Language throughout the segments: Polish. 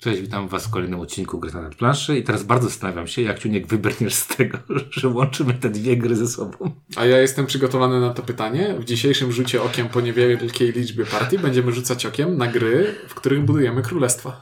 Cześć, witam was w kolejnym odcinku Gry na planszy i teraz bardzo zastanawiam się, jak Ciuniek wybrniesz z tego, że łączymy te dwie gry ze sobą. A ja jestem przygotowany na to pytanie. W dzisiejszym rzucie okiem po niewielkiej liczbie partii będziemy rzucać okiem na gry, w których budujemy królestwa.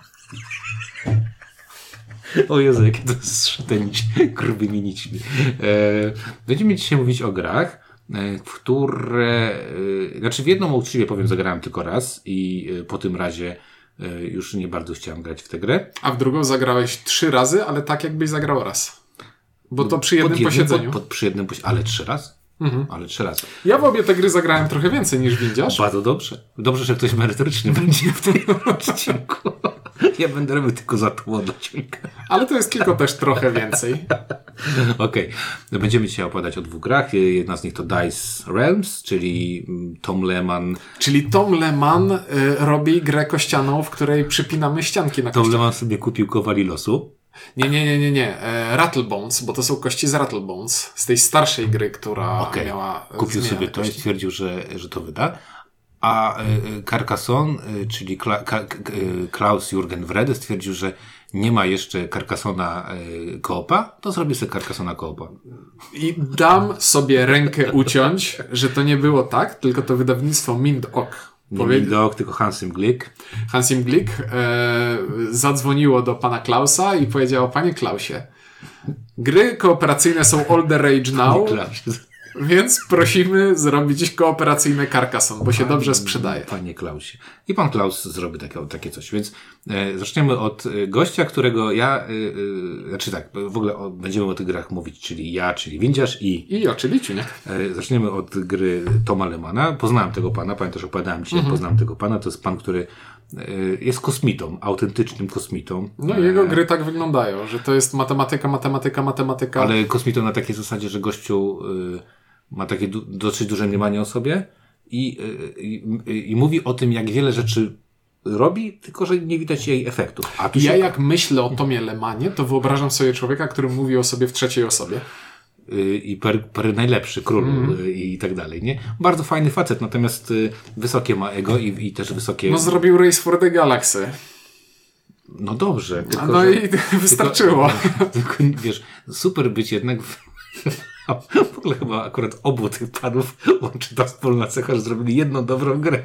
O Jezu, jakie to jest sztenić grubymi nićmi. Będziemy dzisiaj mówić o grach, w które... Znaczy w jedną uczciwie powiem, zagrałem tylko raz i po tym razie już nie bardzo chciałem grać w tę grę. A w drugą zagrałeś 3 razy, ale tak jakbyś zagrał raz. Bo to przy jednym posiedzeniu. Przy jednym posiedzeniu. Ale 3 razy? Mhm. Ale 3 razy. Ja w obie te gry zagrałem trochę więcej niż Windziarz. Bardzo dobrze. Dobrze, że ktoś merytoryczny będzie w tym odcinku. Ja będę robił tylko za tło dla Ciunka. Ale to jest tylko też trochę więcej. Okej. Będziemy dzisiaj opowiadać o 2 grach. Jedna z nich to Dice Realms, czyli Tom Lehmann. Czyli Tom Lehmann robi grę kościaną, w której przypinamy ścianki na kościach. Tom Lehmann sobie kupił kowali losu. Nie. Rattlebones, bo to są kości z Rattlebones. Z tej starszej gry, która miała... Kupił sobie to i stwierdził, że to wyda. A Carcassonne, czyli Klaus-Jürgen Wrede stwierdził, że nie ma jeszcze Carcassonna koopa, to zrobię sobie Carcassonna koopa. I dam sobie rękę uciąć, że to nie było tak, tylko to wydawnictwo Mind-Ok. Nie Mind-Ok, tylko Hans im Glück. Hans im Glück zadzwoniło do pana Klausa i powiedziało: panie Klausie, gry kooperacyjne są all the rage now, więc prosimy zrobić kooperacyjne Carcassonne, bo się dobrze sprzedaje. Panie Klausie. I pan Klaus zrobi takie coś. Więc zaczniemy od gościa, którego ja... znaczy tak, w ogóle będziemy o tych grach mówić, czyli ja, czyli Windziarz i oczywiście, nie? Zaczniemy od gry Toma Lehmanna. Poznałem tego pana, pamiętasz, opowiadałem ci, poznałem tego pana. To jest pan, który jest kosmitą, autentycznym kosmitą. No i jego gry tak wyglądają, że to jest matematyka. Ale kosmitą na takiej zasadzie, że gościu ma takie dosyć duże mniemanie o sobie i mówi o tym, jak wiele rzeczy robi, tylko że nie widać jej efektów. A jak myślę o Tomie Lehmannie, to wyobrażam sobie człowieka, który mówi o sobie w trzeciej osobie. I per najlepszy król i tak dalej, nie? Bardzo fajny facet, natomiast wysokie ma ego i też wysokie... No zrobił Race for the Galaxy. No dobrze. Tylko, i wystarczyło. Tylko, wiesz, super być jednak... W ogóle chyba akurat obu tych panów łączy ta wspólna cecha, że zrobili jedną dobrą grę.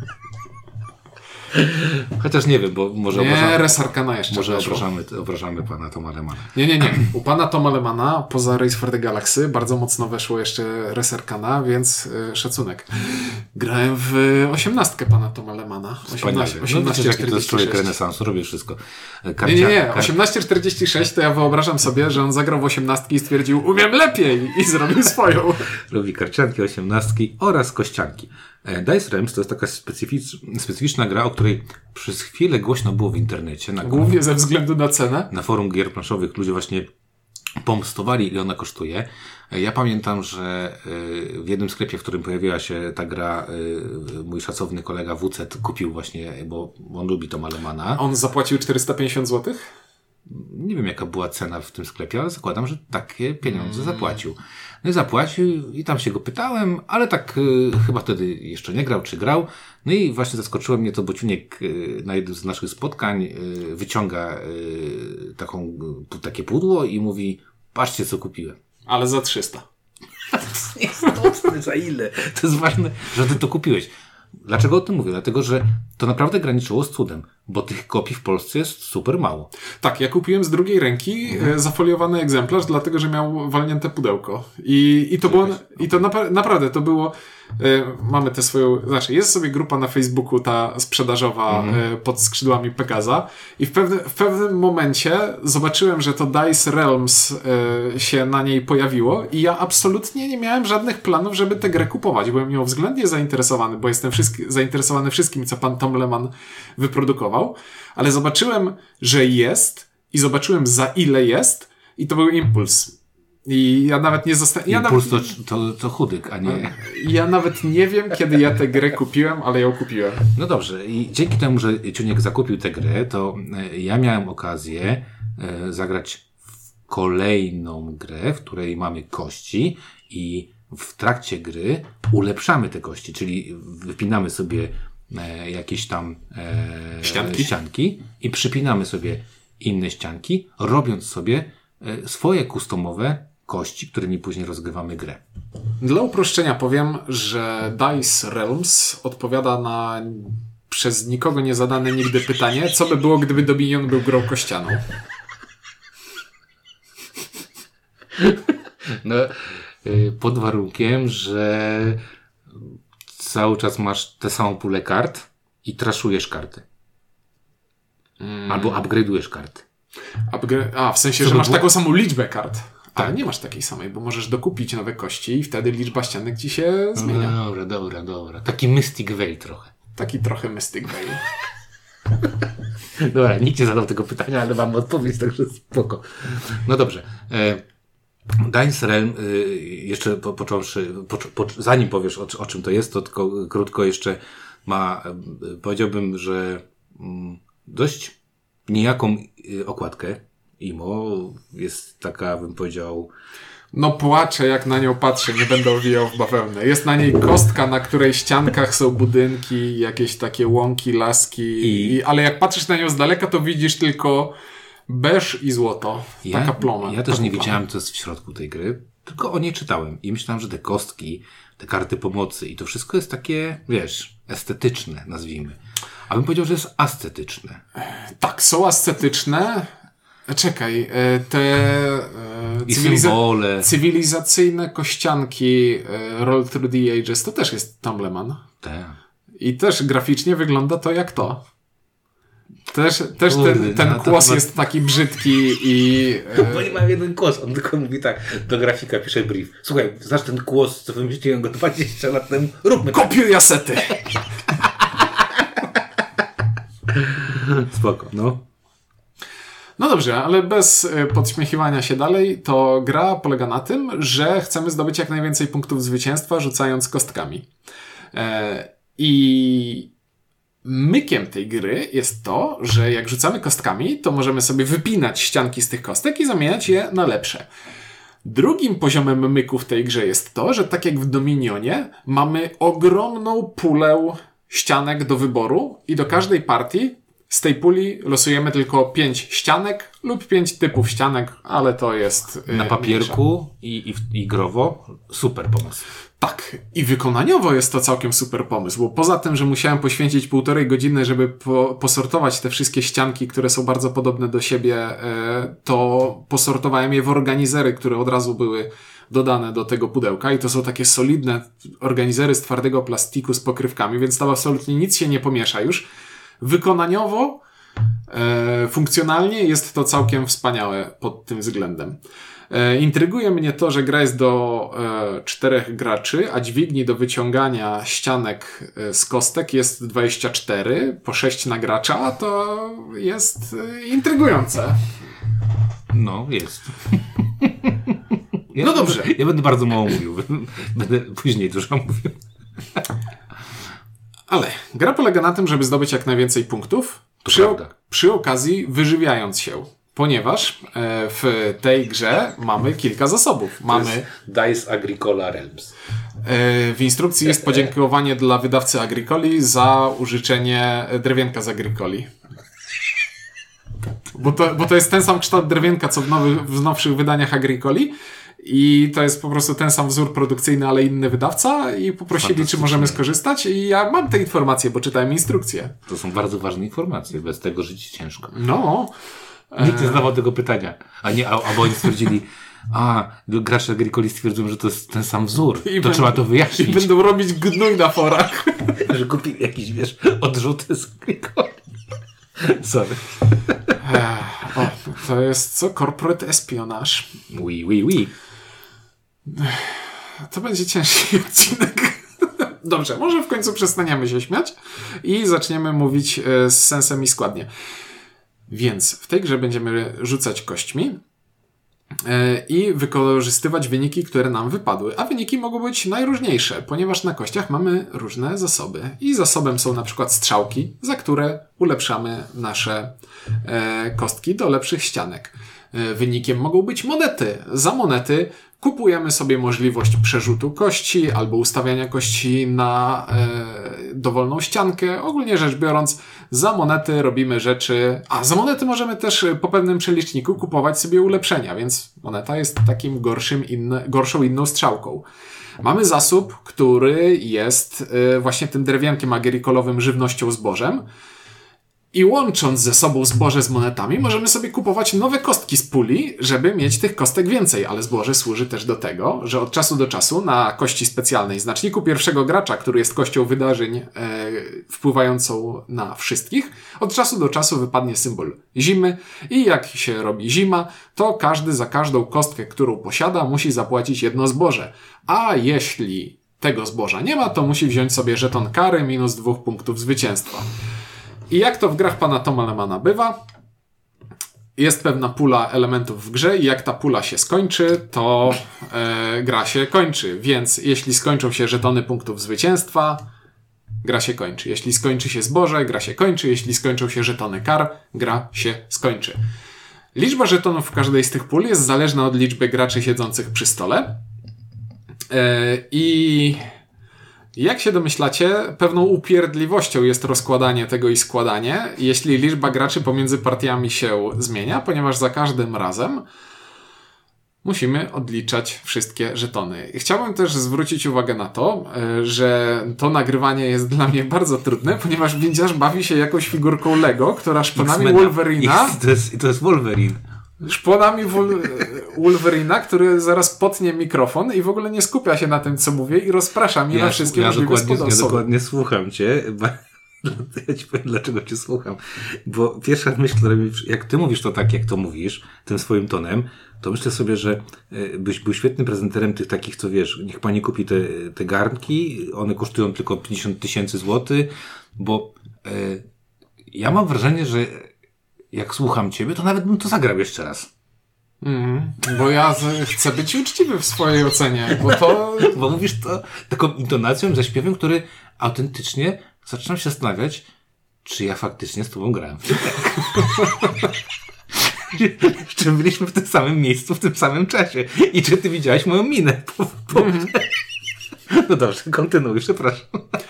Chociaż nie wiem, bo może Res Arcana jeszcze. Może obrażamy pana Toma Lehmanna. Nie. U pana Toma Lehmanna poza Race for the Galaxy bardzo mocno weszło jeszcze Res Arcana, więc szacunek. Grałem w 18 pana Toma Lehmanna. 1846. To jest człowiek renesansu, robię wszystko. Nie. 1846 to ja wyobrażam sobie, że on zagrał w 18 i stwierdził: umiem lepiej, i zrobił swoją. Robi karcianki, 18 oraz kościanki. Dice Realms to jest taka specyficzna gra, o której przez chwilę głośno było w internecie. Głównie ze względu na cenę. Na forum gier planszowych ludzie właśnie pomstowali, ile ona kosztuje. Ja pamiętam, że w jednym sklepie, w którym pojawiła się ta gra, mój szacowny kolega WC kupił właśnie, bo on lubi Toma Lehmanna. On zapłacił 450 zł? Nie wiem, jaka była cena w tym sklepie, ale zakładam, że takie pieniądze zapłacił. No i zapłacił i tam się go pytałem, ale tak chyba wtedy jeszcze nie grał, czy grał. No i właśnie zaskoczyło mnie to, bo Ciuniek na jednym z naszych spotkań wyciąga takie pudło i mówi: patrzcie, co kupiłem. Ale za 300. Za ile? To jest ważne, że ty to kupiłeś. Dlaczego o tym mówię? Dlatego, że to naprawdę graniczyło z cudem, bo tych kopii w Polsce jest super mało. Tak, ja kupiłem z drugiej ręki zafoliowany egzemplarz, dlatego, że miał walnięte pudełko. I to było, naprawdę to było, mamy tę swoją, znaczy jest sobie grupa na Facebooku, ta sprzedażowa pod skrzydłami Pegaza, i w pewnym momencie zobaczyłem, że to Dice Realms się na niej pojawiło i ja absolutnie nie miałem żadnych planów, żeby tę grę kupować. Byłem nią względnie zainteresowany, bo jestem zainteresowany wszystkim, co pan Tom Lehmann wyprodukował, ale zobaczyłem, że jest i zobaczyłem, za ile jest, i to był impuls. I ja nawet nie Impuls to chudyk, a nie... Ja nawet nie wiem, kiedy ja tę grę kupiłem, ale ją kupiłem. No dobrze, i dzięki temu, że Ciuniek zakupił tę grę, to ja miałem okazję zagrać w kolejną grę, w której mamy kości i w trakcie gry ulepszamy te kości, czyli wypinamy sobie jakieś tam ścianki i przypinamy sobie inne ścianki, robiąc sobie swoje customowe kości, którymi później rozgrywamy grę. Dla uproszczenia powiem, że Dice Realms odpowiada na przez nikogo nie zadane nigdy pytanie, co by było, gdyby Dominion był grą kościaną. No, pod warunkiem, że cały czas masz tę samą pulę kart i traszujesz karty. Albo upgrade'ujesz karty. W sensie, że masz taką samą liczbę kart. Tak. Ale nie masz takiej samej, bo możesz dokupić nowe kości i wtedy liczba ścianek ci się zmienia. Dobra. Taki Mystic Veil trochę. Taki trochę Mystic Veil. Dobra, nikt nie zadał tego pytania, ale mam odpowiedź, także spoko. No dobrze. Dice Realm, jeszcze począwszy, zanim powiesz o czym to jest, to tylko krótko jeszcze ma, powiedziałbym, że dość niejaką okładkę. IMO jest taka, bym powiedział... No płaczę, jak na nią patrzę, nie będę owijał w bawełnę. Jest na niej kostka, na której ściankach są budynki, jakieś takie łąki, laski, ale jak patrzysz na nią z daleka, to widzisz tylko beż i złoto. Taka ploma. Ja też nie wiedziałem, co jest w środku tej gry, tylko o niej czytałem i myślałem, że te kostki, te karty pomocy i to wszystko jest takie, wiesz, estetyczne, nazwijmy. A bym powiedział, że jest ascetyczne. Tak, są ascetyczne. Czekaj, te symbole. Cywilizacyjne kościanki Roll Through the Ages to też jest Tumbleman. Tak. I też graficznie wygląda to jak to. Też ten kłos jest taki brzydki i... Bo nie mam jeden kłos, on tylko mówi tak, do grafika pisze brief. Słuchaj, znasz ten kłos, co wymyśliłem go 20 lat temu? Róbmy tak. Kopiuj asety! Spoko, no. No dobrze, ale bez podśmiechiwania się dalej, to gra polega na tym, że chcemy zdobyć jak najwięcej punktów zwycięstwa, rzucając kostkami. I mykiem tej gry jest to, że jak rzucamy kostkami, to możemy sobie wypinać ścianki z tych kostek i zamieniać je na lepsze. Drugim poziomem myku w tej grze jest to, że tak jak w Dominionie mamy ogromną pulę ścianek do wyboru i do każdej partii z tej puli losujemy tylko 5 ścianek lub 5 typów ścianek, ale to jest... Na papierku i growo super pomysł. Tak. I wykonaniowo jest to całkiem super pomysł, bo poza tym, że musiałem poświęcić 1,5 godziny, żeby posortować te wszystkie ścianki, które są bardzo podobne do siebie, to posortowałem je w organizery, które od razu były dodane do tego pudełka i to są takie solidne organizery z twardego plastiku z pokrywkami, więc tam absolutnie nic się nie pomiesza już. Wykonaniowo, funkcjonalnie jest to całkiem wspaniałe pod tym względem. Intryguje mnie to, że gra jest do 4 graczy, a dźwigni do wyciągania ścianek z kostek jest 24, po 6 na gracza, a to jest intrygujące. No, jest. No dobrze. Ja będę bardzo mało mówił. Będę później dużo mówił. Ale gra polega na tym, żeby zdobyć jak najwięcej punktów, przy okazji wyżywiając się. Ponieważ w tej grze mamy kilka zasobów. Mamy Dice Agricola Realms. W instrukcji jest podziękowanie dla wydawcy Agricoli za użyczenie drewienka z Agricoli. Bo to jest ten sam kształt drewienka, co w nowszych wydaniach Agricoli. I to jest po prostu ten sam wzór produkcyjny, ale inny wydawca i poprosili, czy możemy skorzystać i ja mam te informacje, bo czytałem instrukcję. To są bardzo ważne informacje, bez tego żyć ciężko. No. Nikt nie zdawał tego pytania. Albo oni stwierdzili, gracze Agricoli stwierdzą, że to jest ten sam wzór. To trzeba to wyjaśnić. I będą robić gnój na forach. Że kupili jakieś, odrzuty z Agricoli. Sorry. To jest co? Corporate espionage. Oui. To będzie ciężki odcinek. Dobrze, może w końcu przestaniemy się śmiać i zaczniemy mówić z sensem i składnie. Więc w tej grze będziemy rzucać kośćmi i wykorzystywać wyniki, które nam wypadły. A wyniki mogą być najróżniejsze, ponieważ na kościach mamy różne zasoby. I zasobem są na przykład strzałki, za które ulepszamy nasze kostki do lepszych ścianek. Wynikiem mogą być monety. Za monety kupujemy sobie możliwość przerzutu kości albo ustawiania kości na dowolną ściankę. Ogólnie rzecz biorąc, za monety robimy rzeczy... za monety możemy też po pewnym przeliczniku kupować sobie ulepszenia, więc moneta jest takim gorszą inną strzałką. Mamy zasób, który jest właśnie tym drewienkiem agrikolowym, żywnością, zbożem. I łącząc ze sobą zboże z monetami, możemy sobie kupować nowe kostki z puli, żeby mieć tych kostek więcej. Ale zboże służy też do tego, że od czasu do czasu na kości specjalnej znaczniku pierwszego gracza, który jest kością wydarzeń wpływającą na wszystkich, od czasu do czasu wypadnie symbol zimy i jak się robi zima, to każdy za każdą kostkę, którą posiada, musi zapłacić jedno zboże. A jeśli tego zboża nie ma, to musi wziąć sobie żeton kary minus 2 punktów zwycięstwa. I jak to w grach pana Toma Lemana bywa, jest pewna pula elementów w grze i jak ta pula się skończy, to gra się kończy. Więc jeśli skończą się żetony punktów zwycięstwa, gra się kończy. Jeśli skończy się zboże, gra się kończy. Jeśli skończą się żetony kar, gra się skończy. Liczba żetonów w każdej z tych pól jest zależna od liczby graczy siedzących przy stole. I jak się domyślacie, pewną upierdliwością jest rozkładanie tego i składanie, jeśli liczba graczy pomiędzy partiami się zmienia, ponieważ za każdym razem musimy odliczać wszystkie żetony. Chciałbym też zwrócić uwagę na to, że to nagrywanie jest dla mnie bardzo trudne, ponieważ windziarz bawi się jakąś figurką Lego, która szponami Wolverina... To jest Wolverine. Szponami Wolverina, który zaraz potnie mikrofon i w ogóle nie skupia się na tym, co mówię i rozprasza mnie na wszystkie możliwe sposoby. Ja dokładnie słucham cię. Ja ci powiem, dlaczego cię słucham. Bo pierwsza myśl, jak ty mówisz to tak, jak to mówisz, tym swoim tonem, to myślę sobie, że byś był świetnym prezenterem tych takich, co wiesz, niech pani kupi te garnki, one kosztują tylko 50 000 złotych, bo ja mam wrażenie, że jak słucham ciebie, to nawet bym to zagrał jeszcze raz. Bo ja chcę być uczciwy w swojej ocenie, Bo mówisz to taką intonacją, zaśpiewem, który autentycznie zaczynam się zastanawiać, czy ja faktycznie z tobą grałem w czy byliśmy w tym samym miejscu, w tym samym czasie i czy ty widziałeś moją minę. No dobrze, kontynuuj, przepraszam.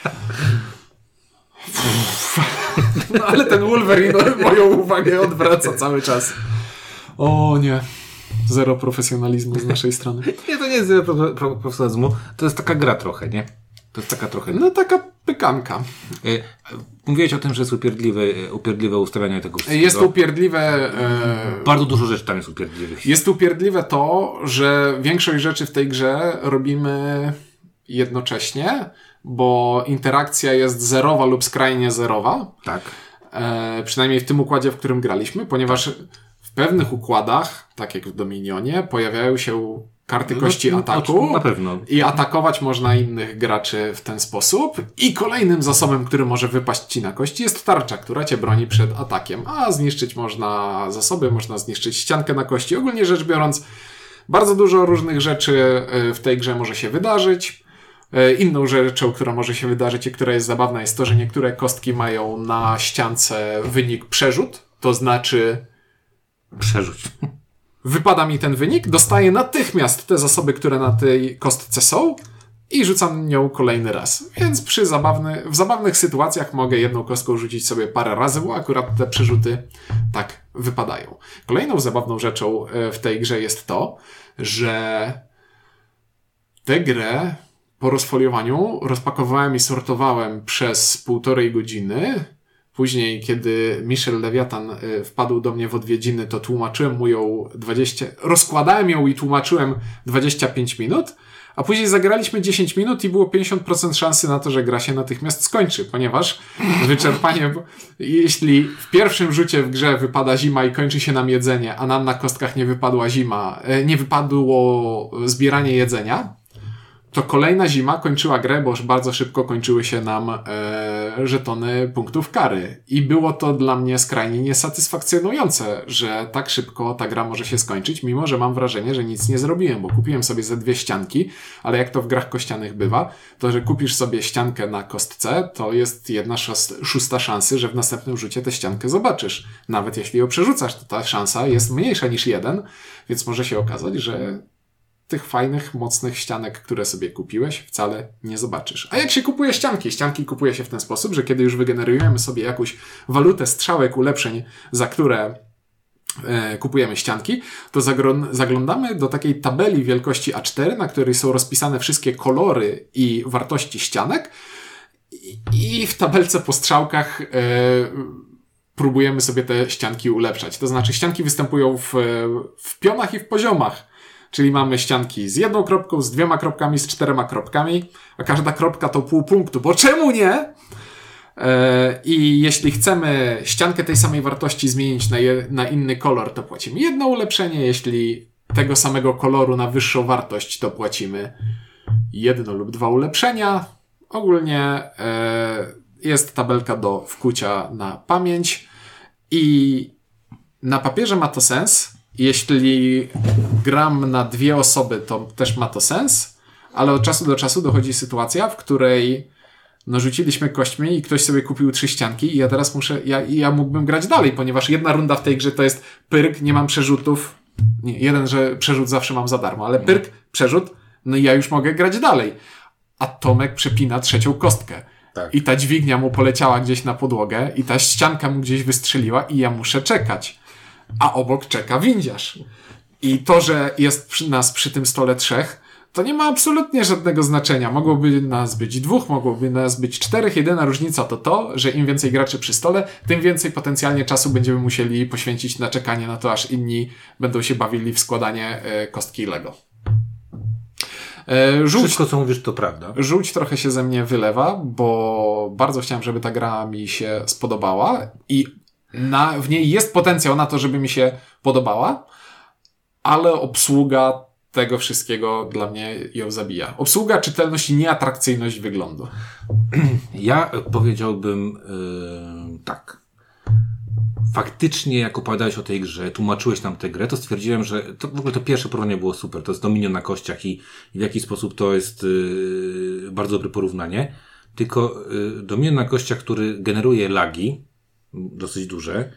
No ale ten Wolverine moją uwagę odwraca cały czas. O nie. Zero profesjonalizmu z naszej strony. Nie, to nie jest zero profesjonalizmu. To jest taka gra trochę, nie? To jest taka trochę... No taka pykanka. Mówiłeś o tym, że jest upierdliwe ustawianie tego wszystkiego. Jest upierdliwe... Bardzo dużo rzeczy tam jest upierdliwych. Jest upierdliwe to, że większość rzeczy w tej grze robimy jednocześnie, bo interakcja jest zerowa lub skrajnie zerowa. Tak. Przynajmniej w tym układzie, w którym graliśmy, ponieważ w pewnych układach, tak jak w Dominionie, pojawiają się karty kości ataku. Na pewno. I atakować można innych graczy w ten sposób. I kolejnym zasobem, który może wypaść ci na kości, jest tarcza, która cię broni przed atakiem. A zniszczyć można zasoby, można zniszczyć ściankę na kości. Ogólnie rzecz biorąc, bardzo dużo różnych rzeczy w tej grze może się wydarzyć. Inną rzeczą, która może się wydarzyć i która jest zabawna, jest to, że niektóre kostki mają na ściance wynik przerzut. To znaczy... Przerzuć. Wypada mi ten wynik, dostaję natychmiast te zasoby, które na tej kostce są i rzucam nią kolejny raz. Więc w zabawnych sytuacjach mogę jedną kostką rzucić sobie parę razy, bo akurat te przerzuty tak wypadają. Kolejną zabawną rzeczą w tej grze jest to, że tę grę po rozfoliowaniu rozpakowałem i sortowałem przez 1,5 godziny. Później, kiedy Michel Lewiatan wpadł do mnie w odwiedziny, to tłumaczyłem mu ją rozkładałem ją i tłumaczyłem 25 minut, a później zagraliśmy 10 minut i było 50% szansy na to, że gra się natychmiast skończy, ponieważ wyczerpanie, jeśli w pierwszym rzucie w grze wypada zima i kończy się nam jedzenie, a nam na kostkach nie wypadła zima, nie wypadło zbieranie jedzenia, to kolejna zima kończyła grę, bo już bardzo szybko kończyły się nam żetony punktów kary. I było to dla mnie skrajnie niesatysfakcjonujące, że tak szybko ta gra może się skończyć, mimo że mam wrażenie, że nic nie zrobiłem, bo kupiłem sobie ze 2 ścianki, ale jak to w grach kościanych bywa, to że kupisz sobie ściankę na kostce, to jest 1/6 szansy, że w następnym rzucie tę ściankę zobaczysz. Nawet jeśli ją przerzucasz, to ta szansa jest mniejsza niż 1, więc może się okazać, że tych fajnych, mocnych ścianek, które sobie kupiłeś, wcale nie zobaczysz. A jak się kupuje ścianki? Ścianki kupuje się w ten sposób, że kiedy już wygenerujemy sobie jakąś walutę strzałek ulepszeń, za które kupujemy ścianki, to zaglądamy do takiej tabeli wielkości A4, na której są rozpisane wszystkie kolory i wartości ścianek i w tabelce po strzałkach próbujemy sobie te ścianki ulepszać. To znaczy ścianki występują w pionach i w poziomach. Czyli mamy ścianki z jedną kropką, z 2 kropkami, z 4 kropkami, a każda kropka to pół punktu, bo czemu nie? I jeśli chcemy ściankę tej samej wartości zmienić na inny kolor, to płacimy 1 ulepszenie. Jeśli tego samego koloru na wyższą wartość, to płacimy 1 lub 2 ulepszenia. Ogólnie jest tabelka do wkucia na pamięć i na papierze ma to sens. Jeśli gram na 2 osoby, to też ma to sens, ale od czasu do czasu dochodzi sytuacja, w której rzuciliśmy kośćmi i ktoś sobie kupił 3 ścianki i ja teraz ja mógłbym grać dalej, ponieważ jedna runda w tej grze to jest pyrk, nie mam przerzutów. Nie, jeden, że przerzut zawsze mam za darmo, ale pyrk, przerzut, no i ja już mogę grać dalej. A Tomek przepina 3. kostkę. Tak. I ta dźwignia mu poleciała gdzieś na podłogę i ta ścianka mu gdzieś wystrzeliła i ja muszę czekać. A obok czeka windziarz. I to, że jest nas przy tym stole 3, to nie ma absolutnie żadnego znaczenia. Mogłoby nas być 2, mogłoby nas być 4. Jedyna różnica to, że im więcej graczy przy stole, tym więcej potencjalnie czasu będziemy musieli poświęcić na czekanie na to, aż inni będą się bawili w składanie kostki Lego. Wszystko, co mówisz, to prawda. Żółć trochę się ze mnie wylewa, bo bardzo chciałem, żeby ta gra mi się spodobała i w niej jest potencjał na to, żeby mi się podobała, ale obsługa tego wszystkiego dla mnie ją zabija. Obsługa, czytelność i nieatrakcyjność wyglądu. Ja powiedziałbym tak. Faktycznie, jak opowiadałeś o tej grze, tłumaczyłeś nam tę grę, to stwierdziłem, że to w ogóle to pierwsze porównanie było super. To jest Dominion na kościach i w jaki sposób to jest bardzo dobre porównanie. Tylko Dominion na kościach, który generuje lagi, dosyć duże,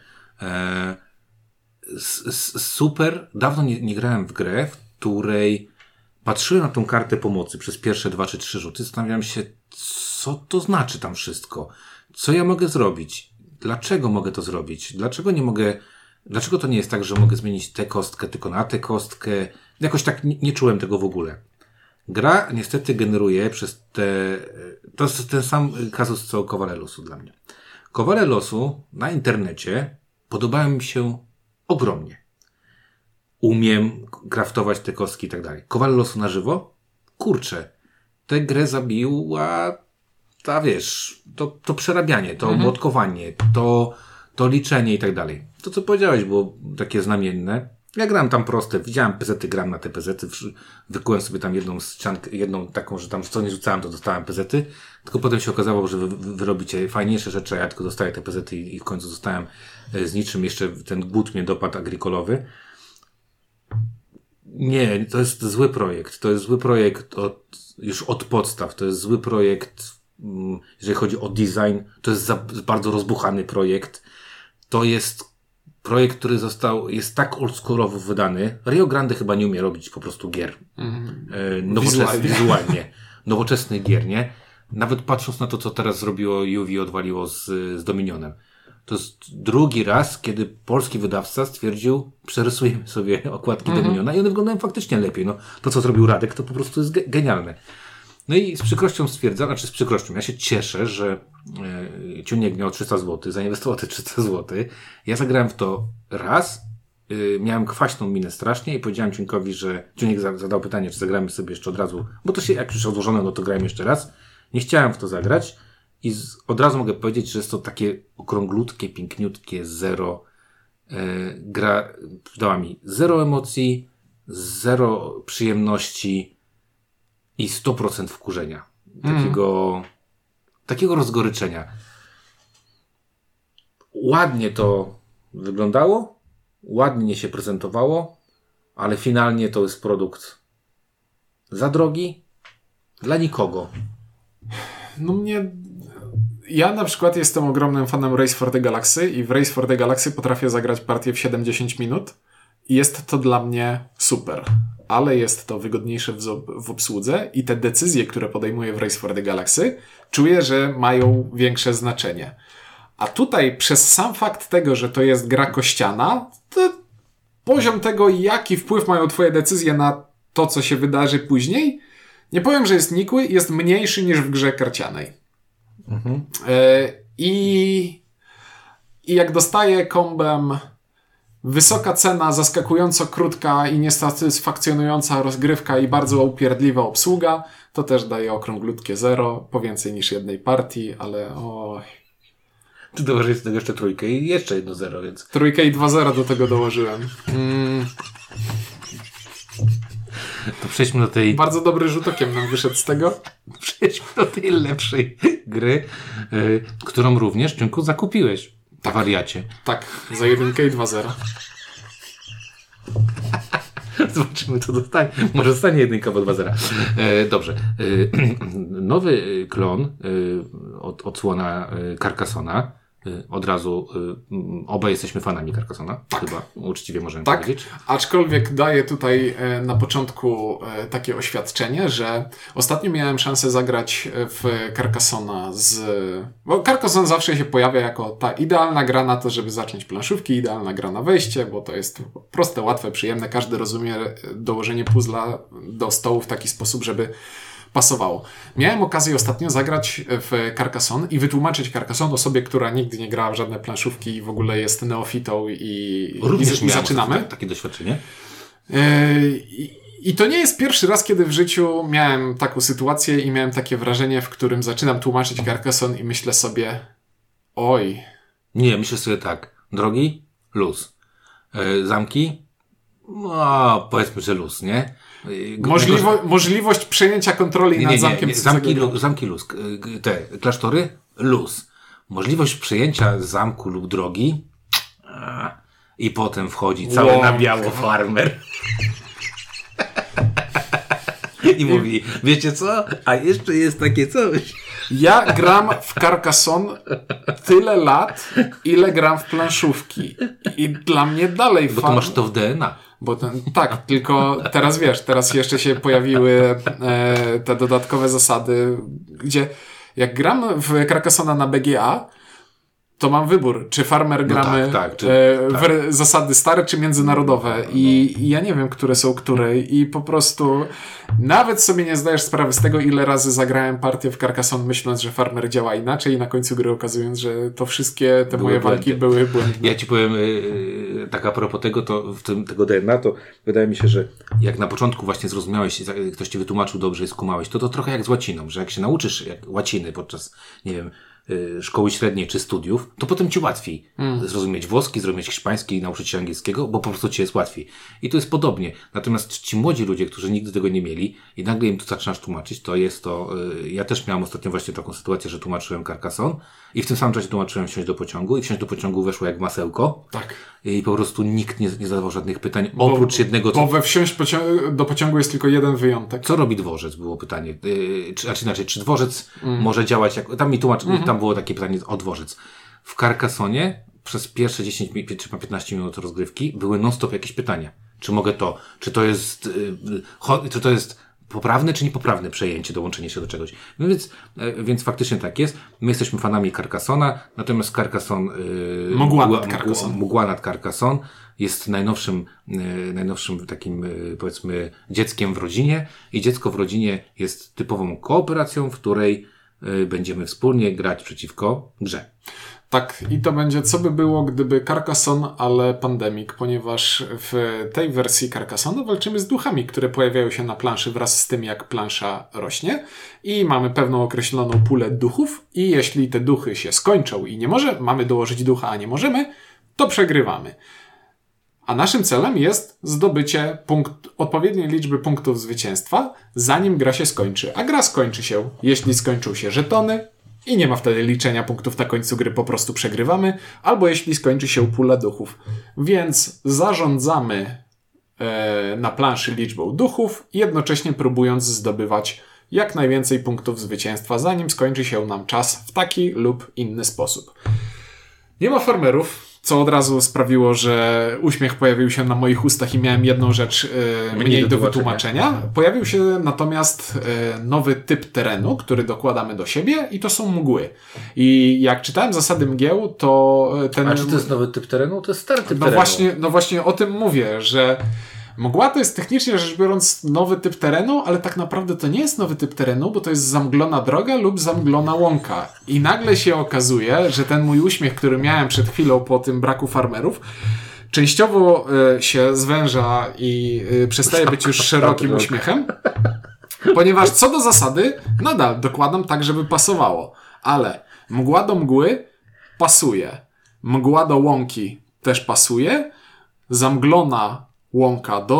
super. Dawno nie grałem w grę, w której patrzyłem na tą kartę pomocy przez pierwsze 2 czy 3 rzuty, zastanawiałem się, co to znaczy tam wszystko. Co ja mogę zrobić? Dlaczego mogę to zrobić? Dlaczego to nie jest tak, że mogę zmienić tę kostkę tylko na tę kostkę? Jakoś tak nie czułem tego w ogóle. Gra niestety generuje to jest ten sam kazus co Kowale Losu dla mnie. Kowale Losu na internecie podobają mi się ogromnie. Umiem craftować te kostki i tak dalej. Kowale Losu na żywo? Kurczę. Tę grę zabiła to przerabianie, to młotkowanie, to liczenie i tak dalej. To, co powiedziałeś, było takie znamienne. Ja grałem tam proste, widziałem pezety, gram na te pezety, wykułem sobie tam jedną taką, że tam co nie rzucałem, to dostałem pezety, tylko potem się okazało, że wy robicie fajniejsze rzeczy, a ja tylko dostaję te pezety i w końcu zostałem z niczym, jeszcze ten głód mnie dopadł agrikolowy. Nie, to jest zły projekt. To jest zły projekt już od podstaw. To jest zły projekt, jeżeli chodzi o design. To jest bardzo rozbuchany projekt. To jest projekt, który jest tak oldschoolowo wydany. Rio Grande chyba nie umie robić po prostu gier. Wizualnie. Nowoczesnych gier, nie? Nawet patrząc na to, co teraz zrobiło Juvi, odwaliło z Dominionem. To jest drugi raz, kiedy polski wydawca stwierdził, przerysujemy sobie okładki Dominiona i one wyglądają faktycznie lepiej. No, to, co zrobił Radek, to po prostu jest genialne. No i z przykrością ja się cieszę, że Ciuniek miał 300 zł, zainwestował te 300 zł. Ja zagrałem w to raz, miałem kwaśną minę strasznie i powiedziałem Ciunkowi, że Ciuniek zadał pytanie, czy zagramy sobie jeszcze od razu, bo to się, jak już odłożone, no to grałem jeszcze raz. Nie chciałem w to zagrać i od razu mogę powiedzieć, że jest to takie okrąglutkie, piękniutkie, gra dała mi 0 emocji, 0 przyjemności i 100% wkurzenia. Takiego rozgoryczenia. Ładnie to wyglądało, ładnie się prezentowało, ale finalnie to jest produkt za drogi dla nikogo. Ja na przykład jestem ogromnym fanem Race for the Galaxy i w Race for the Galaxy potrafię zagrać partię w 7-10 minut i jest to dla mnie super. ale jest to wygodniejsze w obsłudze i te decyzje, które podejmuję w Race for the Galaxy, czuję, że mają większe znaczenie. A tutaj przez sam fakt tego, że to jest gra kościana, to poziom tego, jaki wpływ mają twoje decyzje na to, co się wydarzy później, nie powiem, że jest nikły, jest mniejszy niż w grze karcianej. I jak dostaję kombem wysoka cena, zaskakująco krótka i niesatysfakcjonująca rozgrywka i bardzo upierdliwa obsługa, to też daje okrąglutkie 0, po więcej niż jednej partii, ale oj. Ty dołożyłeś do tego jeszcze 3 i jeszcze 1-0, więc... 3 i 2-0 do tego dołożyłem. To przejdźmy do tej... Bardzo dobry rzut okiem nam wyszedł z tego. Przejdźmy do tej lepszej gry, którą również, Ciunku, zakupiłeś. Tak. Wariacie. Tak, za 1 i 2-0. Zobaczymy, co dostanie. Może zostanie 1 bo 2-0. Dobrze. Nowy klon odsłona Carcassona. Od razu obaj jesteśmy fanami Carcassona. Tak. Chyba uczciwie możemy powiedzieć. Aczkolwiek daję tutaj na początku takie oświadczenie, że ostatnio miałem szansę zagrać w Carcassona bo Carcassonne zawsze się pojawia jako ta idealna gra na to, żeby zacząć planszówki, idealna gra na wejście, bo to jest proste, łatwe, przyjemne. Każdy rozumie dołożenie puzzla do stołu w taki sposób, żeby pasowało. Miałem okazję ostatnio zagrać w Carcassonne i wytłumaczyć Carcassonne osobie, która nigdy nie grała w żadne planszówki i w ogóle jest neofitą i zaczynamy. Takie doświadczenie. I to nie jest pierwszy raz, kiedy w życiu miałem taką sytuację i miałem takie wrażenie, w którym zaczynam tłumaczyć Carcassonne i myślę sobie oj. Nie, myślę sobie tak. Drogi? Luz. Zamki? No, powiedzmy, że luz, nie? Możliwość przejęcia kontroli nad zamkiem. Zamki luz. Te klasztory? Luz. Możliwość przejęcia zamku lub drogi i potem wchodzi cały na biało farmer. I mówi, wiecie co? A jeszcze jest takie coś. Ja gram w Carcassonne tyle lat, ile gram w planszówki. I dla mnie dalej Bo to masz to w DNA. Tak, tylko teraz wiesz, teraz jeszcze się pojawiły te dodatkowe zasady, gdzie jak gram w Carcassonna na BGA, to mam wybór, czy farmer gramy w zasady stare, czy międzynarodowe. I ja nie wiem, które są której i po prostu nawet sobie nie zdajesz sprawy z tego, ile razy zagrałem partię w Carcassonne, myśląc, że farmer działa inaczej i na końcu gry okazując, że to wszystkie te moje walki były błędne. Ja ci powiem, tak a propos tego, to tego DNA, to wydaje mi się, że jak na początku właśnie zrozumiałeś, ktoś ci wytłumaczył dobrze i skumałeś, to trochę jak z łaciną, że jak się nauczysz łaciny podczas, nie wiem, szkoły średniej czy studiów, to potem ci łatwiej zrozumieć włoski, zrozumieć hiszpański i nauczyć się angielskiego, bo po prostu ci jest łatwiej. I to jest podobnie. Natomiast ci młodzi ludzie, którzy nigdy tego nie mieli i nagle im to zaczynasz tłumaczyć, to jest to... Ja też miałem ostatnio właśnie taką sytuację, że tłumaczyłem Carcassonne i w tym samym czasie tłumaczyłem Wsiąść do pociągu i Wsiąść do pociągu weszło jak masełko. Tak. I po prostu nikt nie zadawał żadnych pytań, oprócz jednego... Bo we Wsiąść do pociągu jest tylko jeden wyjątek. Co robi dworzec? Było pytanie. Czy dworzec może działać jak... Tam mi tłumaczy... Tam było takie pytanie o dworzec. W Carcassonne przez pierwsze 10 czy 15 minut rozgrywki były non-stop jakieś pytania. Czy mogę to? Czy to jest poprawne czy niepoprawne przejęcie, dołączenie się do czegoś? No więc faktycznie tak jest. My jesteśmy fanami Carcassonna, natomiast Carcassonne... Mgła nad Carcassonne jest najnowszym takim, powiedzmy, dzieckiem w rodzinie i dziecko w rodzinie jest typową kooperacją, w której będziemy wspólnie grać przeciwko grze. Tak, i to będzie co by było, gdyby Carcassonne, ale Pandemic, ponieważ w tej wersji Carcassonne walczymy z duchami, które pojawiają się na planszy wraz z tym, jak plansza rośnie i mamy pewną określoną pulę duchów i jeśli te duchy się skończą i mamy dołożyć ducha, a nie możemy, to przegrywamy. A naszym celem jest zdobycie odpowiedniej liczby punktów zwycięstwa, zanim gra się skończy. A gra skończy się, jeśli skończą się żetony i nie ma wtedy liczenia punktów na końcu gry, po prostu przegrywamy, albo jeśli skończy się pula duchów. Więc zarządzamy na planszy liczbą duchów, jednocześnie próbując zdobywać jak najwięcej punktów zwycięstwa, zanim skończy się nam czas w taki lub inny sposób. Nie ma farmerów, co od razu sprawiło, że uśmiech pojawił się na moich ustach i miałem jedną rzecz mniej do wytłumaczenia. Pojawił się natomiast nowy typ terenu, który dokładamy do siebie i to są mgły. I jak czytałem zasady mgieł, to ten... A czy to jest nowy typ terenu? To jest stary typ terenu. No właśnie o tym mówię, że mgła to jest technicznie rzecz biorąc nowy typ terenu, ale tak naprawdę to nie jest nowy typ terenu, bo to jest zamglona droga lub zamglona łąka. I nagle się okazuje, że ten mój uśmiech, który miałem przed chwilą po tym braku farmerów, częściowo się zwęża i przestaje być już szerokim uśmiechem, ponieważ co do zasady nadal dokładam tak, żeby pasowało. Ale mgła do mgły pasuje. Mgła do łąki też pasuje. Zamglona łąka do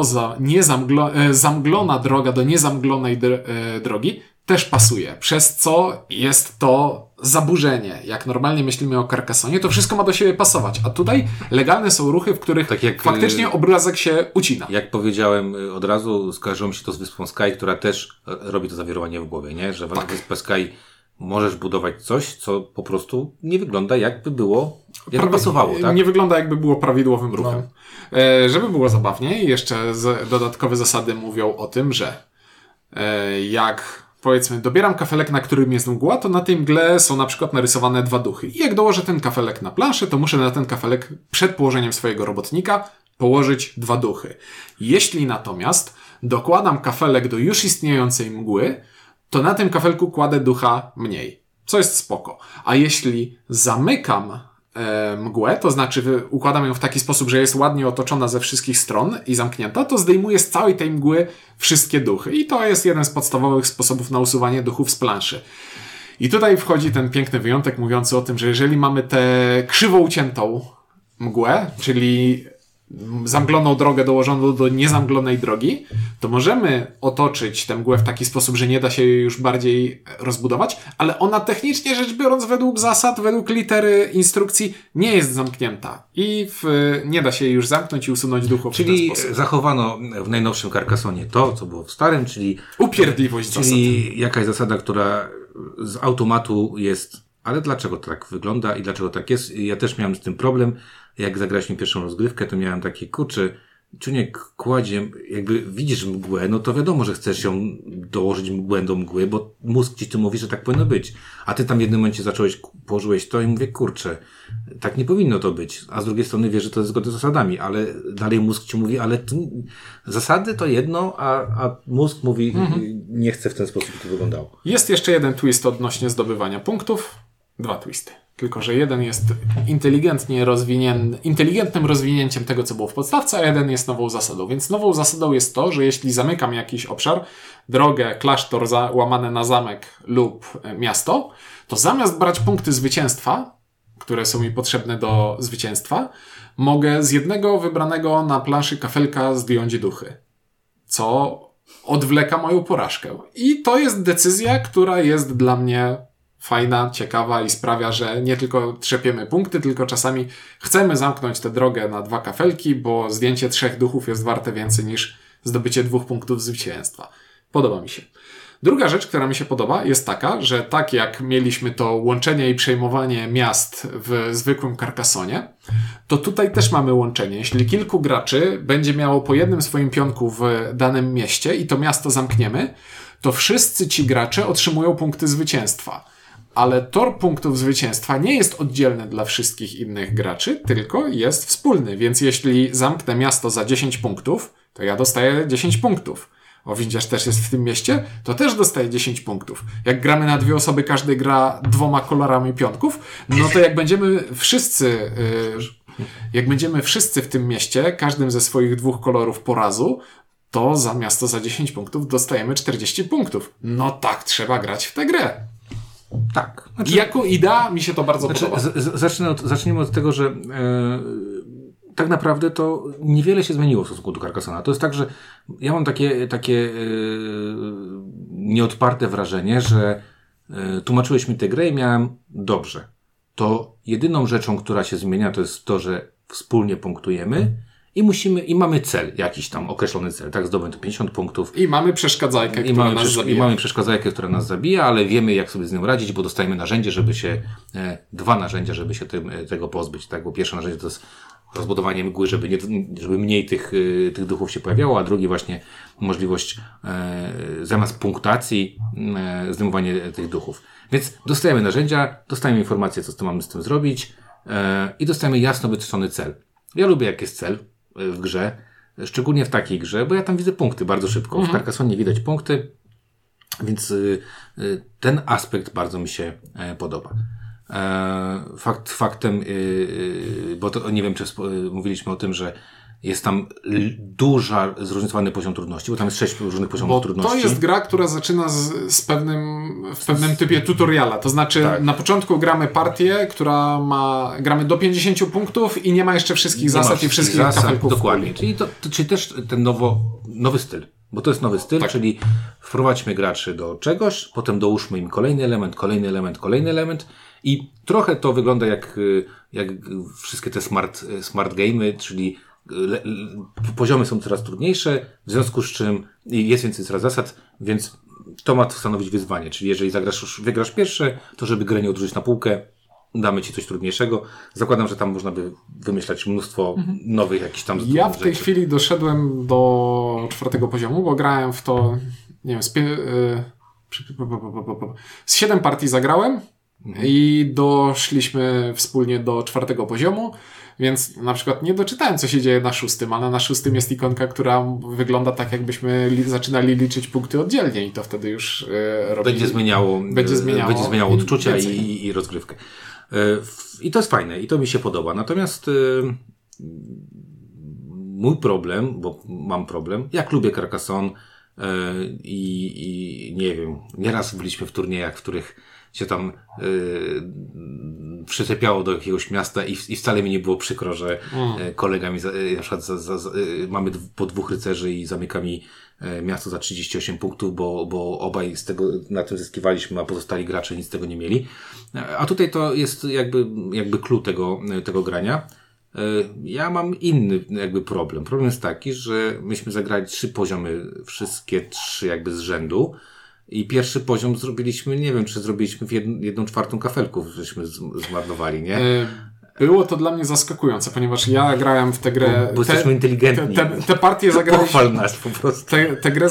zamglona droga do niezamglonej drogi też pasuje, przez co jest to zaburzenie. Jak normalnie myślimy o Carcassonie, to wszystko ma do siebie pasować, a tutaj legalne są ruchy, w których tak jak, faktycznie obrazek się ucina. Jak powiedziałem od razu, skojarzyło mi się to z wyspą Sky, która też robi to zawirowanie w głowie, nie? Że w wyspę Sky możesz budować coś, co po prostu nie wygląda jakby było, jakby pasowało, tak? Nie wygląda jakby było prawidłowym ruchem. No. Żeby było zabawniej, jeszcze dodatkowe zasady mówią o tym, że jak powiedzmy dobieram kafelek, na którym jest mgła, to na tej mgle są na przykład narysowane 2 duchy. I jak dołożę ten kafelek na planszę, to muszę na ten kafelek przed położeniem swojego robotnika położyć 2 duchy. Jeśli natomiast dokładam kafelek do już istniejącej mgły, to na tym kafelku kładę ducha mniej, co jest spoko. A jeśli zamykam mgłę, to znaczy układam ją w taki sposób, że jest ładnie otoczona ze wszystkich stron i zamknięta, to zdejmuję z całej tej mgły wszystkie duchy. I to jest jeden z podstawowych sposobów na usuwanie duchów z planszy. I tutaj wchodzi ten piękny wyjątek mówiący o tym, że jeżeli mamy tę krzywo uciętą mgłę, czyli zamgloną drogę dołożoną do niezamglonej drogi, to możemy otoczyć tę mgłę w taki sposób, że nie da się jej już bardziej rozbudować, ale ona technicznie rzecz biorąc według zasad, według litery instrukcji nie jest zamknięta i nie da się jej już zamknąć i usunąć duchów w ten sposób. Zachowano w najnowszym Carcassonie to, co było w starym, czyli upierdliwość zasad. Czyli jakaś zasada, która z automatu jest, ale dlaczego to tak wygląda i dlaczego tak jest? Ja też miałem z tym problem. Jak zagraliśmy pierwszą rozgrywkę, to miałem takie, kurczę, Czuniek kładzie, jakby widzisz mgłę, no to wiadomo, że chcesz ją dołożyć mgłę do mgły, bo mózg ci tu mówi, że tak powinno być. A ty tam w jednym momencie położyłeś to i mówię, kurczę, tak nie powinno to być. A z drugiej strony wiesz, że to jest zgodne z zasadami, ale dalej mózg ci mówi, ale zasady to jedno, a mózg mówi, nie chcę w ten sposób, to wyglądało. Jest jeszcze jeden twist odnośnie zdobywania punktów. 2 twisty. Tylko że jeden jest inteligentnym rozwinięciem tego, co było w podstawce, a jeden jest nową zasadą. Więc nową zasadą jest to, że jeśli zamykam jakiś obszar, drogę, klasztor łamane na zamek lub miasto, to zamiast brać punkty zwycięstwa, które są mi potrzebne do zwycięstwa, mogę z jednego wybranego na planszy kafelka zdjąć duchy. Co odwleka moją porażkę. I to jest decyzja, która jest dla mnie fajna, ciekawa i sprawia, że nie tylko trzepiemy punkty, tylko czasami chcemy zamknąć tę drogę na 2 kafelki, bo zdjęcie 3 duchów jest warte więcej niż zdobycie 2 punktów zwycięstwa. Podoba mi się. Druga rzecz, która mi się podoba, jest taka, że tak jak mieliśmy to łączenie i przejmowanie miast w zwykłym Carcassonie, to tutaj też mamy łączenie. Jeśli kilku graczy będzie miało po jednym swoim pionku w danym mieście i to miasto zamkniemy, to wszyscy ci gracze otrzymują punkty zwycięstwa. Ale tor punktów zwycięstwa nie jest oddzielny dla wszystkich innych graczy, tylko jest wspólny. Więc jeśli zamknę miasto za 10 punktów, to ja dostaję 10 punktów. Windziarz też jest w tym mieście, to też dostaje 10 punktów. Jak gramy na 2 osoby, każdy gra 2 kolorami pionków, no to jak będziemy wszyscy w tym mieście, każdym ze swoich 2 kolorów po razu, to za miasto za 10 punktów dostajemy 40 punktów. No tak trzeba grać w tę grę. Tak. Znaczy, jako idea mi się to bardzo podoba. Zacznijmy od tego, że tak naprawdę to niewiele się zmieniło w stosunku do Carcassona. To jest tak, że ja mam takie nieodparte wrażenie, że tłumaczyłeś mi tę grę i miałem dobrze. To jedyną rzeczą, która się zmienia, to jest to, że wspólnie punktujemy i mamy cel, jakiś tam określony cel, tak, zdobędę 50 punktów. I mamy przeszkadzajkę, która nas zabija. I mamy przeszkadzajkę, która nas zabija, ale wiemy, jak sobie z nią radzić, bo dostajemy narzędzie, żeby się, 2 narzędzia, żeby się tego pozbyć, tak, bo pierwsze narzędzie to jest rozbudowanie mgły, żeby mniej tych duchów się pojawiało, a drugi właśnie możliwość zamiast punktacji zdejmowanie tych duchów. Więc dostajemy narzędzia, dostajemy informację, co mamy z tym zrobić i dostajemy jasno wytyczony cel. Ja lubię, jak jest cel w grze, szczególnie w takiej grze, bo ja tam widzę punkty bardzo szybko. W Carcassonie widać punkty, więc ten aspekt bardzo mi się podoba. Faktem, bo to nie wiem, czy mówiliśmy o tym, że jest tam duża, zróżnicowany poziom trudności, bo tam jest 6 różnych poziomów trudności. To jest gra, która zaczyna w pewnym typie tutoriala. To znaczy, na początku gramy partię, gramy do 50 punktów i nie ma jeszcze wszystkich zasad i wszystkich kafelków. Dokładnie. Czyli też ten nowy styl. Bo to jest nowy styl, czyli wprowadźmy graczy do czegoś, potem dołóżmy im kolejny element i trochę to wygląda jak wszystkie te smart game'y, czyli poziomy są coraz trudniejsze, w związku z czym jest więcej coraz zasad, więc to ma stanowić wyzwanie. Czyli jeżeli wygrasz pierwsze, to żeby grę nie odrzucić na półkę, damy ci coś trudniejszego. Zakładam, że tam można by wymyślać mnóstwo nowych jakichś tam rzeczy. Ja w tej chwili doszedłem do 4. poziomu, bo grałem w to, nie wiem, z 7 partii zagrałem i doszliśmy wspólnie do 4. poziomu. Więc na przykład nie doczytałem, co się dzieje na 6, ale na 6 jest ikonka, która wygląda tak, jakbyśmy zaczynali liczyć punkty oddzielnie i to wtedy już będzie zmieniało odczucia i rozgrywkę. I to jest fajne i to mi się podoba. Natomiast mój problem, bo mam problem, jak lubię Carcassonne i nie wiem, nieraz byliśmy w turniejach, w których się tam przyczepiało do jakiegoś miasta i wcale mi nie było przykro, że kolega mi na przykład mamy po 2 rycerzy i zamyka mi miasto za 38 punktów, bo obaj z tego na tym zyskiwaliśmy, a pozostali gracze nic z tego nie mieli. A tutaj to jest jakby clue tego grania. Ja mam inny jakby problem. Problem jest taki, że myśmy zagrali 3 poziomy, wszystkie 3 jakby z rzędu. I pierwszy poziom zrobiliśmy, nie wiem, czy zrobiliśmy w 1/4 kafelków, żeśmy zmarnowali, nie? Było to dla mnie zaskakujące, ponieważ ja grałem w tę grę... Bo jesteśmy inteligentni. Te partie zagraliśmy... Pochwal nas po prostu. Tę grę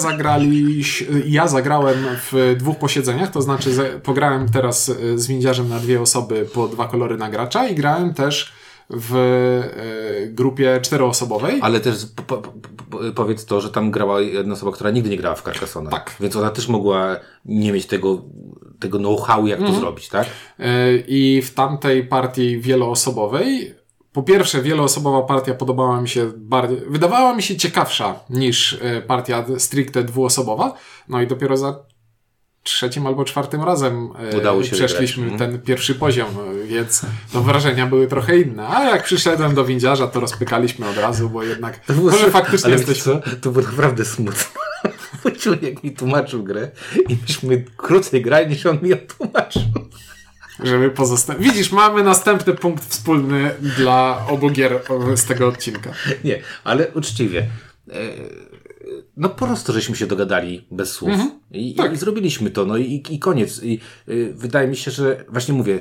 ja zagrałem w 2 posiedzeniach, to znaczy pograłem teraz z windziarzem na 2 osoby po 2 kolory na gracza i grałem też w grupie 4-osobowej. Ale też powiedz to, że tam grała jedna osoba, która nigdy nie grała w Carcassonne. Tak. Więc ona też mogła nie mieć tego know-how, jak to zrobić, tak? I w tamtej partii wieloosobowej, po pierwsze, wieloosobowa partia podobała mi się wydawała mi się ciekawsza niż partia stricte 2-osobowa. No i dopiero za 3. albo 4. razem przeszliśmy ten pierwszy poziom, więc wrażenia były trochę inne. A jak przyszedłem do windziarza, to rozpykaliśmy od razu, bo jednak może faktycznie jesteśmy... To było naprawdę smutne. Wojciech mi tłumaczył grę i myśmy krócej grali, niż on mi ją tłumaczył. Żeby Widzisz, mamy następny punkt wspólny dla obu gier z tego odcinka. Nie, ale uczciwie. No po prostu żeśmy się dogadali bez słów. I zrobiliśmy to, no i koniec. I wydaje mi się, że właśnie mówię,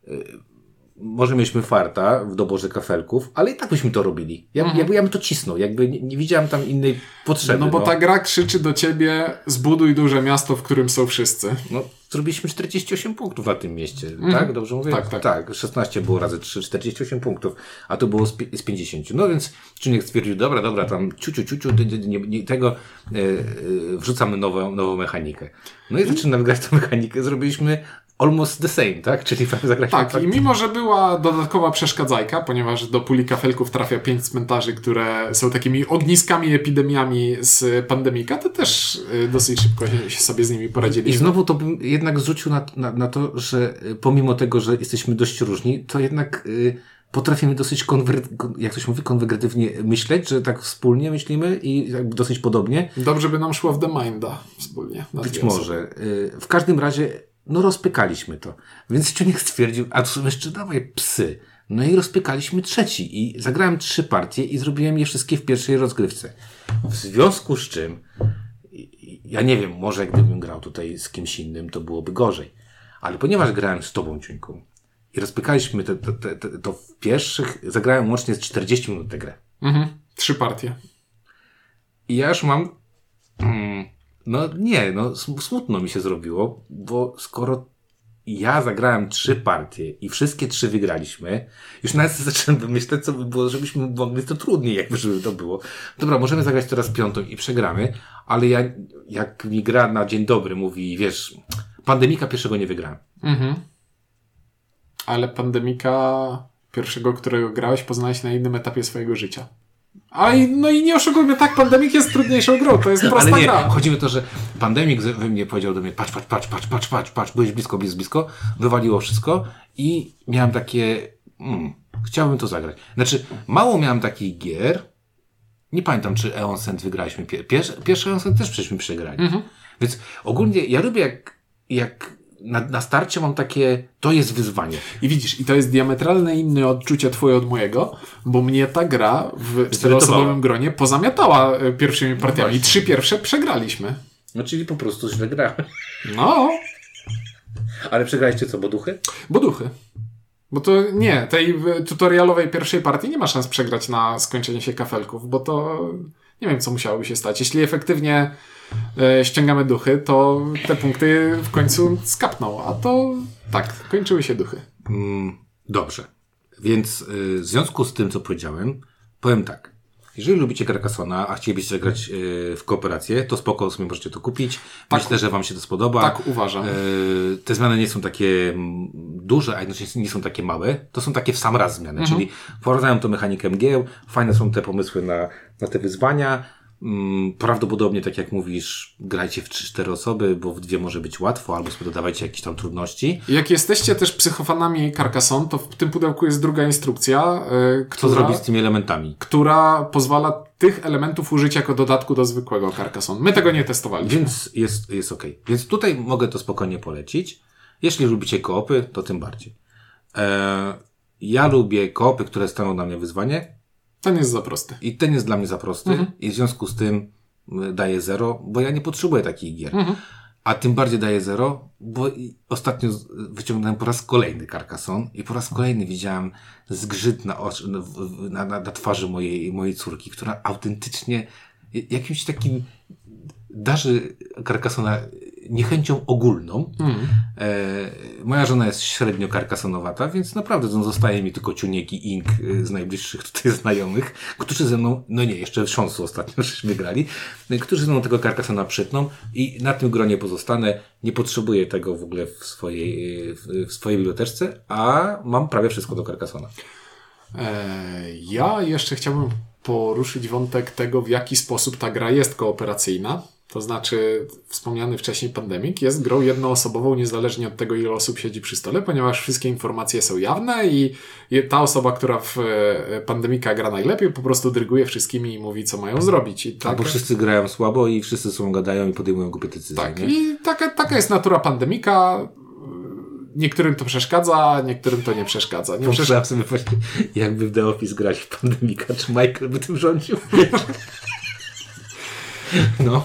może mieliśmy farta w doborze kafelków, ale i tak byśmy to robili. Ja bym to cisnął, jakby nie widziałem tam innej potrzeby. No bo ta gra krzyczy do ciebie, zbuduj duże miasto, w którym są wszyscy. No, zrobiliśmy 48 punktów na tym mieście, tak? Dobrze mówię? Tak. 16 było razy 3, 48 punktów, a to było z 50. No więc Czuniek stwierdził, dobra, tam tego wrzucamy nową mechanikę. No i zaczynamy grać tę mechanikę, zrobiliśmy almost the same, tak? Czyli zagraliśmy... Tak, i mimo, że była dodatkowa przeszkadzajka, ponieważ do puli kafelków trafia 5 cmentarzy, które są takimi ogniskami, epidemiami z pandemika, to też dosyć szybko się sobie z nimi poradziliśmy. I znowu to bym jednak zrzucił na to, że pomimo tego, że jesteśmy dość różni, to jednak potrafimy dosyć jak to się mówi, konwergentywnie myśleć, że tak wspólnie myślimy i jakby dosyć podobnie. Dobrze by nam szło w The Minda wspólnie. Być może. W każdym razie rozpykaliśmy to. Więc Czuniek stwierdził, a tu są jeszcze dawaj psy. No i rozpykaliśmy trzeci i zagrałem 3 partie i zrobiłem je wszystkie w pierwszej rozgrywce. W związku z czym, ja nie wiem, może gdybym grał tutaj z kimś innym, to byłoby gorzej. Ale ponieważ grałem z tobą, Ciuńku, i rozpykaliśmy to w pierwszych, zagrałem łącznie z 40 minut tę grę. 3 partie. I ja już mam, smutno mi się zrobiło, bo skoro ja zagrałem 3 partie i wszystkie 3 wygraliśmy, już nawet zacząłem wymyślać, co by było, żebyśmy mogli to trudniej, jakby żeby to było. Dobra, możemy zagrać teraz 5 i przegramy, ale ja, jak mi gra na dzień dobry mówi, wiesz, Pandemika pierwszego nie wygrałem. Ale Pandemika pierwszego, którego grałeś, poznałeś na innym etapie swojego życia. No i nie oszukujmy, tak, Pandemic jest trudniejszą grą, to jest prosta ale nie, gra. chodzi mi o to, że Pandemic we mnie powiedział do mnie, patrz, byłeś blisko, wywaliło wszystko i miałem takie, chciałbym to zagrać. Znaczy, mało miałem takich gier, nie pamiętam, czy Eon Sent wygraliśmy, pierwszy Eon Sent też przecież przegrali. Więc ogólnie ja lubię jak na starcie mam takie, to jest wyzwanie. I widzisz, i to jest diametralne inne odczucie twoje od mojego, bo mnie ta gra w 4-osobowym gronie pozamiatała pierwszymi partiami. No 3 pierwsze przegraliśmy. No czyli po prostu źle grałem. No. Ale przegraliście co, boduchy? Boduchy. Bo to nie, tej tutorialowej pierwszej partii nie ma szans przegrać na skończenie się kafelków, bo to nie wiem, co musiałoby się stać. Jeśli efektywnie ściągamy duchy, to te punkty w końcu skapną, a to tak, kończyły się duchy. Dobrze. Więc w związku z tym, co powiedziałem, powiem tak. Jeżeli lubicie Carcassonne, a chcielibyście zagrać w kooperację, to spoko, sobie możecie to kupić. Tak, myślę, że wam się to spodoba. Tak uważam. Te zmiany nie są takie duże, a jednocześnie nie są takie małe. To są takie w sam raz zmiany, czyli wprowadzają to mechanikę mgieł, fajne są te pomysły na te wyzwania. Prawdopodobnie, tak jak mówisz, grajcie w 3-4 osoby, bo w 2 może być łatwo, albo sobie dodawajcie jakieś tam trudności. Jak jesteście też psychofanami Carcassonne, to w tym pudełku jest druga instrukcja, co zrobić z tymi elementami? Która pozwala tych elementów użyć jako dodatku do zwykłego Carcassonne. My tego nie testowaliśmy. Więc jest okej. Więc tutaj mogę to spokojnie polecić. Jeśli lubicie koopy, to tym bardziej. Ja lubię koopy, które staną dla mnie wyzwanie. Ten jest za prosty. I ten jest dla mnie za prosty i w związku z tym daję 0, bo ja nie potrzebuję takich gier. A tym bardziej daję 0, bo ostatnio wyciągnąłem po raz kolejny Carcassonne i po raz kolejny widziałem zgrzyt na twarzy mojej córki, która autentycznie jakimś takim darzy Carcassonne niechęcią ogólną. Moja żona jest średnio karkasonowata, więc naprawdę zostaje mi tylko Ciuniek i Ink z najbliższych tutaj znajomych, którzy ze mną, no nie, jeszcze w Sząsu ostatnio żeśmy grali, którzy ze mną tego Carcassonna przytną i na tym gronie pozostanę. Nie potrzebuję tego w ogóle w swojej biblioteczce, a mam prawie wszystko do Carcassonna. Ja jeszcze chciałbym poruszyć wątek tego, w jaki sposób ta gra jest kooperacyjna. To znaczy, wspomniany wcześniej Pandemic jest grą jednoosobową, niezależnie od tego, ile osób siedzi przy stole, ponieważ wszystkie informacje są jawne i ta osoba, która w Pandemika gra najlepiej, po prostu dyryguje wszystkimi i mówi, co mają zrobić. I tak, bo wszyscy grają słabo i wszyscy sobą gadają i podejmują głupie decyzje. Tak, nie? I taka jest natura Pandemika. Niektórym to przeszkadza, niektórym to nie przeszkadza. Pomyślałem sobie właśnie, jakby w The Office grać w Pandemika, czy Michael by tym rządził? No.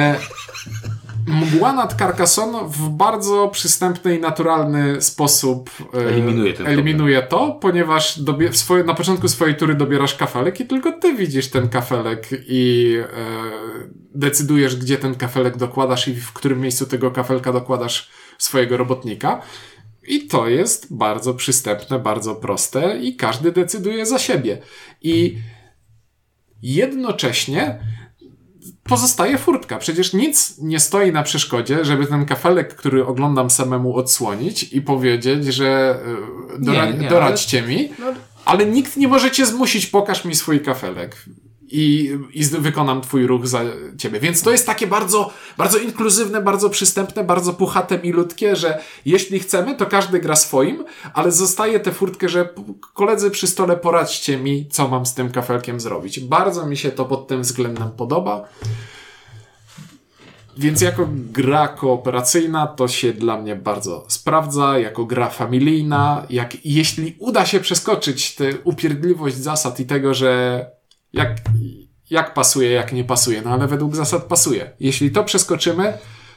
Mgła nad Carcassonne w bardzo przystępny i naturalny sposób eliminuje to, ponieważ na początku swojej tury dobierasz kafelek i tylko ty widzisz ten kafelek i decydujesz, gdzie ten kafelek dokładasz i w którym miejscu tego kafelka dokładasz swojego robotnika. I to jest bardzo przystępne, bardzo proste i każdy decyduje za siebie. I jednocześnie pozostaje furtka. Przecież nic nie stoi na przeszkodzie, żeby ten kafelek, który oglądam samemu, odsłonić i powiedzieć, że doradźcie mi, ale nikt nie może cię zmusić, pokaż mi swój kafelek. I wykonam twój ruch za ciebie. Więc to jest takie bardzo, bardzo inkluzywne, bardzo przystępne, bardzo puchate, milutkie, że jeśli chcemy, to każdy gra swoim, ale zostaje tę furtkę, że koledzy przy stole, poradźcie mi, co mam z tym kafelkiem zrobić. Bardzo mi się to pod tym względem podoba. Więc jako gra kooperacyjna to się dla mnie bardzo sprawdza, jako gra familijna, jeśli uda się przeskoczyć tę upierdliwość zasad i tego, że jak pasuje, jak nie pasuje, no ale według zasad pasuje. Jeśli to przeskoczymy,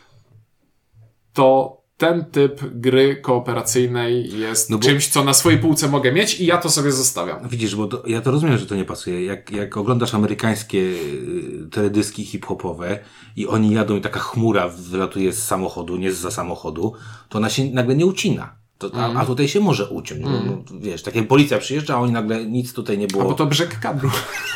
to ten typ gry kooperacyjnej jest czymś, co na swojej półce mogę mieć i ja to sobie zostawiam. Widzisz, bo ja to rozumiem, że to nie pasuje. Jak oglądasz amerykańskie teledyski hip-hopowe i oni jadą i taka chmura wylatuje z samochodu, nie zza samochodu, to ona się nagle nie ucina. A tutaj się może uciąć. No, wiesz, tak jak policja przyjeżdża, a oni nagle nic tutaj nie było. A bo to brzeg kadru.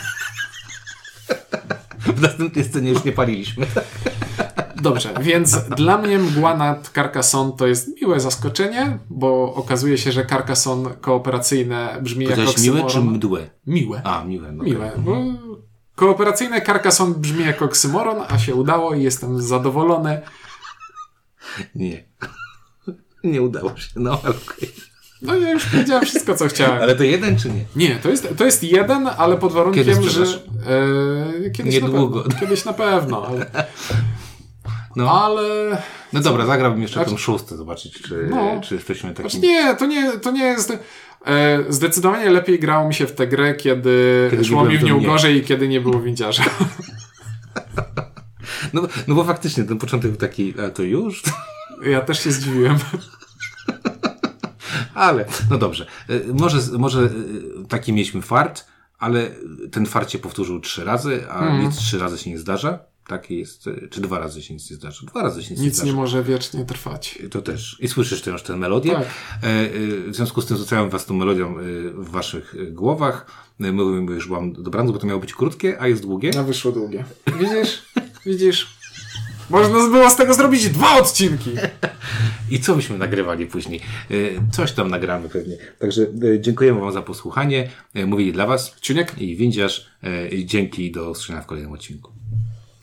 W następnej scenie już nie paliliśmy. Dobrze, więc dla mnie Mgła nad Carcassonne to jest miłe zaskoczenie, bo okazuje się, że Carcassonne kooperacyjne brzmi jak oksymoron. Miłe czy mdłe? Miłe. A, miłe. No miłe, bo kooperacyjne Carcassonne brzmi jak oksymoron, a się udało i jestem zadowolony. Nie. Nie udało się, no ale okej. No ja już powiedziałem wszystko, co chciałem. Ale to jeden czy nie? Nie, to jest jeden, ale pod warunkiem, że kiedyś niedługo. Na pewno. Kiedyś na pewno. No. Ale... No dobra, zagrałbym jeszcze tą szóstkę, zobaczyć, czy jesteśmy takim... Nie, to nie jest... Zdecydowanie lepiej grało mi się w tę grę, kiedy szło mi w nią gorzej i kiedy nie było windziarza. No bo faktycznie ten początek był taki, a to już? Ja też się zdziwiłem. Ale, no dobrze. Może taki mieliśmy fart, ale ten fart się powtórzył 3 razy, a nic 3 razy się nie zdarza. Tak jest, czy 2 razy się nic nie zdarza? 2 razy się nic nie zdarza. Nic nie może wiecznie trwać. To też. I słyszysz już tę melodię. Tak. W związku z tym zostawiam was tą melodią w waszych głowach. Mówimy, już byłam dobranoc, bo to miało być krótkie, a jest długie. A wyszło długie. Widzisz? Można było z tego zrobić 2 odcinki. I co byśmy nagrywali później? Coś tam nagramy pewnie. Także dziękujemy wam za posłuchanie. Mówili dla was Ciuniek i Windziarz. Dzięki, do usłyszenia w kolejnym odcinku.